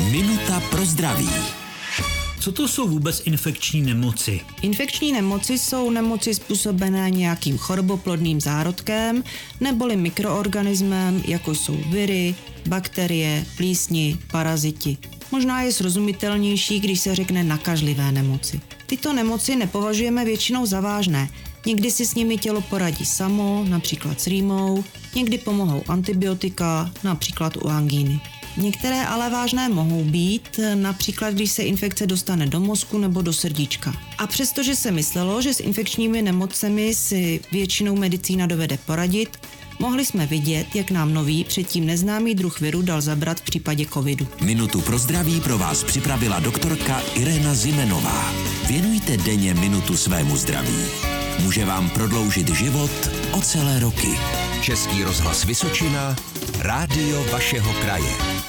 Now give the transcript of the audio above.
Minuta pro zdraví. Co to jsou vůbec infekční nemoci? Infekční nemoci jsou nemoci způsobené nějakým choroboplodným zárodkem neboli mikroorganismem, jako jsou viry, bakterie, plísni, paraziti. Možná je srozumitelnější, když se řekne nakažlivé nemoci. Tyto nemoci nepovažujeme většinou za vážné. Někdy si s nimi tělo poradí samo, například s rýmou, někdy pomohou antibiotika, například u angíny. Některé ale vážné mohou být, například když se infekce dostane do mozku nebo do srdíčka. A přestože se myslelo, že s infekčními nemocemi si většinou medicína dovede poradit, mohli jsme vidět, jak nám nový, předtím neznámý druh viru dal zabrat v případě covidu. Minutu pro zdraví pro vás připravila doktorka Irena Zimenová. Věnujte denně minutu svému zdraví. Může vám prodloužit život o celé roky. Český rozhlas Vysočina, rádio vašeho kraje.